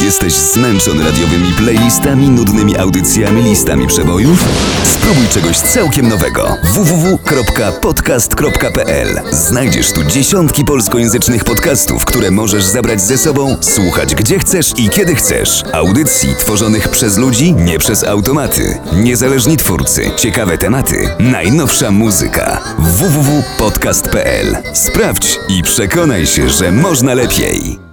Jesteś zmęczony radiowymi playlistami, nudnymi audycjami, listami przebojów? Spróbuj czegoś całkiem nowego. www.podcast.pl. Znajdziesz tu dziesiątki polskojęzycznych podcastów, które możesz zabrać ze sobą, słuchać gdzie chcesz i kiedy chcesz. Audycji tworzonych przez ludzi, nie przez automaty. Niezależni twórcy, ciekawe tematy, najnowsza muzyka. www.podcast.pl. Sprawdź i przekonaj się, że można lepiej.